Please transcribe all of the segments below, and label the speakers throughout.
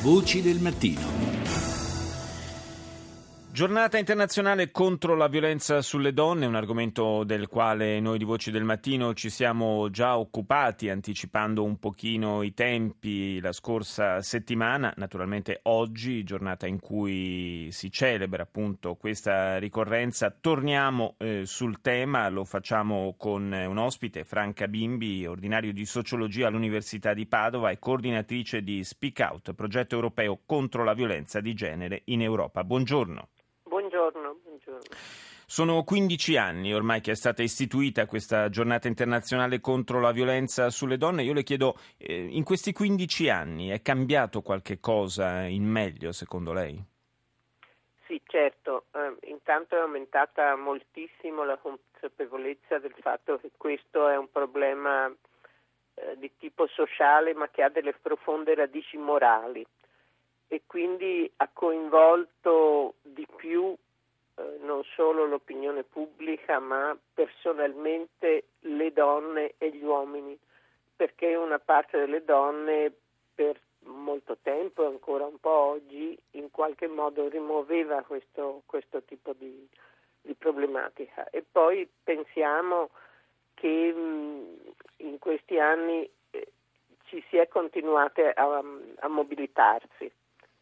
Speaker 1: Voci del mattino. Giornata internazionale contro la violenza sulle donne, un argomento del quale noi di Voci del Mattino ci siamo già occupati, anticipando un pochino i tempi la scorsa settimana. Naturalmente oggi, giornata in cui si celebra appunto questa ricorrenza, torniamo sul tema, lo facciamo con un ospite, Franca Bimbi, ordinario di sociologia all'Università di Padova e coordinatrice di Speak Out, progetto europeo contro la violenza di genere in Europa. Buongiorno.
Speaker 2: Buongiorno.
Speaker 1: Sono 15 anni ormai che è stata istituita questa giornata internazionale contro la violenza sulle donne. Io le chiedo, in questi 15 anni è cambiato qualche cosa in meglio secondo lei?
Speaker 2: Sì, certo. Intanto è aumentata moltissimo la consapevolezza del fatto che questo è un problema di tipo sociale, ma che ha delle profonde radici morali. E quindi ha coinvolto di più non solo l'opinione pubblica, ma personalmente le donne e gli uomini, perché una parte delle donne per molto tempo e ancora un po' oggi in qualche modo rimuoveva questo tipo di problematica. E poi pensiamo che in questi anni ci si è continuate a mobilitarsi.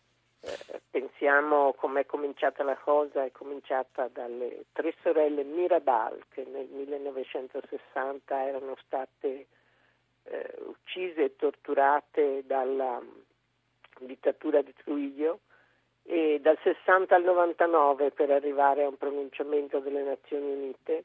Speaker 2: Pensiamo com'è cominciata la cosa. È cominciata dalle 3 sorelle Mirabal, che nel 1960 erano state uccise e torturate dalla dittatura di Trujillo, e dal 60 al 99 per arrivare a un pronunciamento delle Nazioni Unite,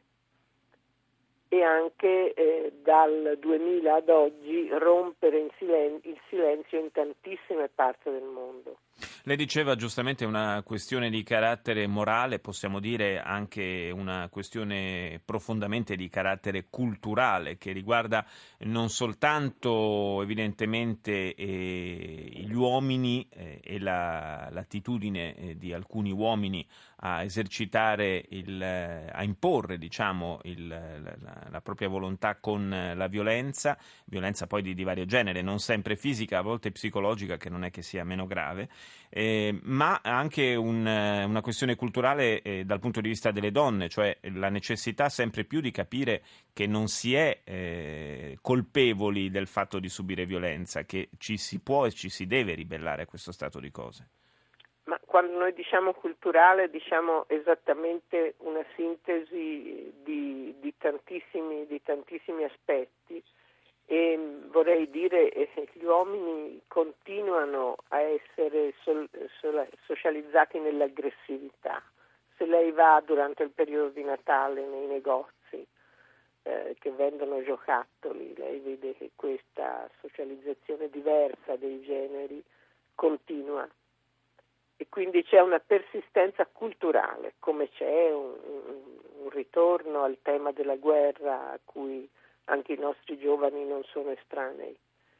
Speaker 2: e anche dal 2000 ad oggi rompere il silenzio in tantissime parti del mondo.
Speaker 1: Lei diceva giustamente una questione di carattere morale, possiamo dire anche una questione profondamente di carattere culturale, che riguarda non soltanto evidentemente gli uomini e l'attitudine di alcuni uomini a esercitare, a imporre diciamo la propria volontà con la violenza poi di vario genere, non sempre fisica, a volte psicologica, che non è che sia meno grave. Ma anche una questione culturale dal punto di vista delle donne, cioè la necessità sempre più di capire che non si è colpevoli del fatto di subire violenza, che ci si può e ci si deve ribellare a questo stato di cose.
Speaker 2: Ma quando noi diciamo culturale diciamo esattamente una sintesi di tantissimi aspetti. E vorrei dire che gli uomini continuano a essere socializzati nell'aggressività. Se lei va durante il periodo di Natale nei negozi che vendono giocattoli, lei vede che questa socializzazione diversa dei generi continua, e quindi c'è una persistenza culturale, come c'è un ritorno al tema della guerra a cui anche i nostri giovani non sono estranei,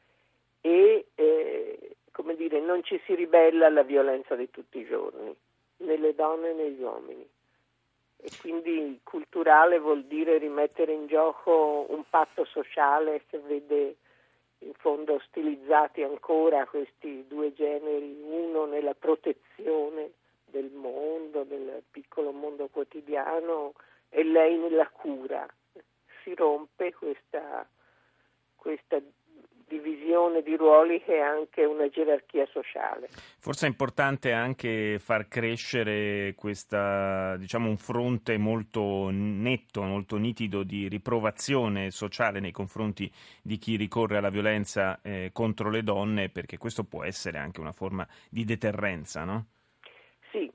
Speaker 2: e come dire, non ci si ribella alla violenza di tutti i giorni, né le donne né gli uomini, e quindi culturale vuol dire rimettere in gioco un patto sociale che vede in fondo stilizzati ancora questi due generi, uno nella protezione del mondo, del piccolo mondo quotidiano, e lei nella cura. Si rompe questa divisione di ruoli che è anche una gerarchia sociale.
Speaker 1: Forse è importante anche far crescere un fronte molto netto, molto nitido di riprovazione sociale nei confronti di chi ricorre alla violenza contro le donne, perché questo può essere anche una forma di deterrenza, no?
Speaker 2: Sì.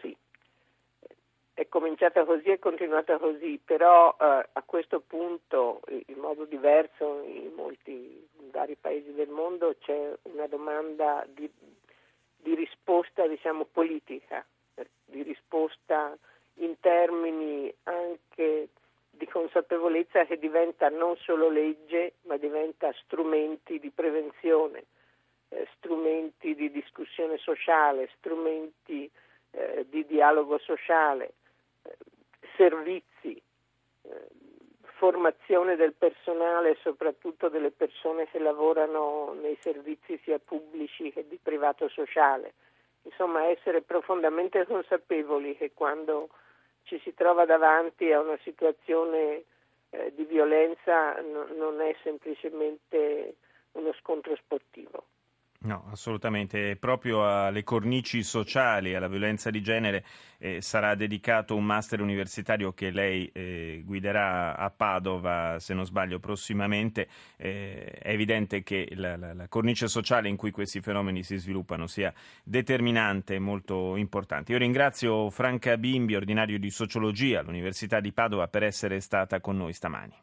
Speaker 2: È cominciata così e continuata così, però a questo punto, in modo diverso in vari paesi del mondo, c'è una domanda di risposta, diciamo, politica, di risposta in termini anche di consapevolezza che diventa non solo legge, ma diventa strumenti di prevenzione, strumenti di discussione sociale, strumenti di dialogo sociale, servizi, formazione del personale, soprattutto delle persone che lavorano nei servizi sia pubblici che di privato sociale. Insomma, essere profondamente consapevoli che quando ci si trova davanti a una situazione di violenza non è semplicemente uno scontro sportivo.
Speaker 1: No, assolutamente. Proprio alle cornici sociali, alla violenza di genere sarà dedicato un master universitario che lei guiderà a Padova, se non sbaglio, prossimamente. È evidente che la cornice sociale in cui questi fenomeni si sviluppano sia determinante e molto importante. Io ringrazio Franca Bimbi, ordinario di sociologia all'Università di Padova, per essere stata con noi stamani.